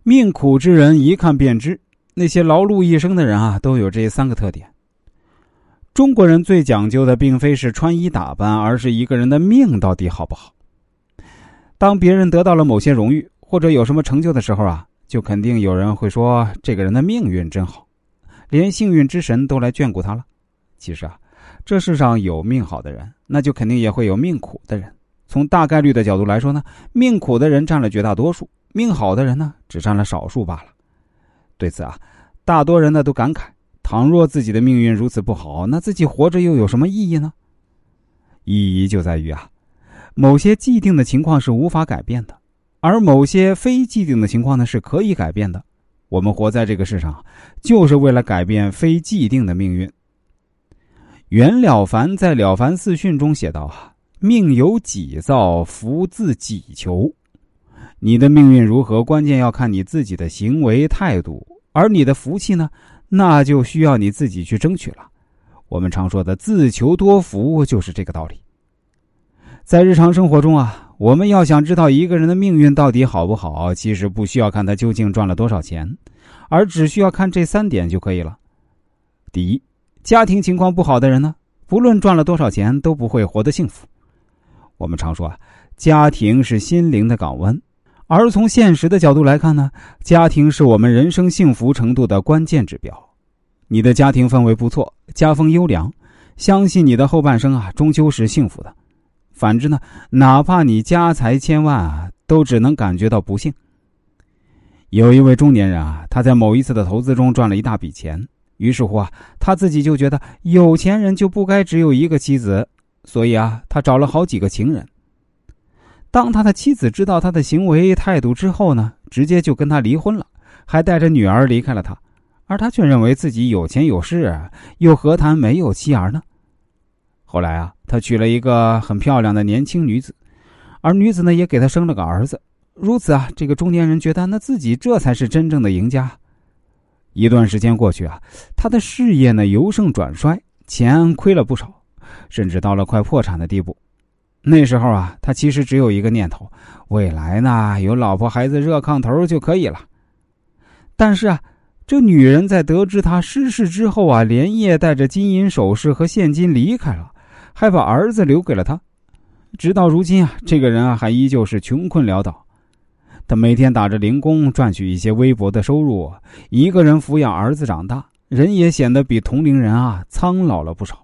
命苦之人一看便知，那些劳碌一生的人啊，都有这3个特点。中国人最讲究的并非是穿衣打扮，而是一个人的命到底好不好。当别人得到了某些荣誉或者有什么成就的时候啊，就肯定有人会说这个人的命运真好，连幸运之神都来眷顾他了。其实啊，这世上有命好的人，那就肯定也会有命苦的人。从大概率的角度来说呢，命苦的人占了绝大多数，命好的人呢，只占了少数罢了。对此啊，大多人呢都感慨，倘若自己的命运如此不好，那自己活着又有什么意义呢？意义就在于啊，某些既定的情况是无法改变的，而某些非既定的情况呢是可以改变的。我们活在这个世上，就是为了改变非既定的命运。袁了凡在《了凡四训》中写道啊，命由己造，福自己求。你的命运如何，关键要看你自己的行为态度，而你的福气呢，那就需要你自己去争取了。我们常说的自求多福就是这个道理。在日常生活中啊，我们要想知道一个人的命运到底好不好，其实不需要看他究竟赚了多少钱，而只需要看这3点就可以了。第一，家庭情况不好的人呢，不论赚了多少钱都不会活得幸福。我们常说啊，家庭是心灵的港湾，而从现实的角度来看呢，家庭是我们人生幸福程度的关键指标。你的家庭氛围不错，家风优良，相信你的后半生啊，终究是幸福的。反之呢，哪怕你家财千万啊，都只能感觉到不幸。有一位中年人啊，他在某一次的投资中赚了一大笔钱，于是乎啊，他自己就觉得有钱人就不该只有一个妻子，所以啊，他找了好几个情人。当他的妻子知道他的行为态度之后呢，直接就跟他离婚了，还带着女儿离开了他，而他却认为自己有钱有势，又何谈没有妻儿呢？后来啊，他娶了一个很漂亮的年轻女子，而女子呢也给他生了个儿子。如此啊，这个中年人觉得那自己这才是真正的赢家。一段时间过去啊，他的事业呢由盛转衰，钱亏了不少，甚至到了快破产的地步。那时候啊，他其实只有一个念头，未来呢有老婆孩子热炕头就可以了。但是啊，这女人在得知他失势之后啊，连夜带着金银首饰和现金离开了，还把儿子留给了他。直到如今啊，这个人啊还依旧是穷困潦倒。他每天打着零工赚取一些微薄的收入，一个人抚养儿子长大，人也显得比同龄人啊苍老了不少。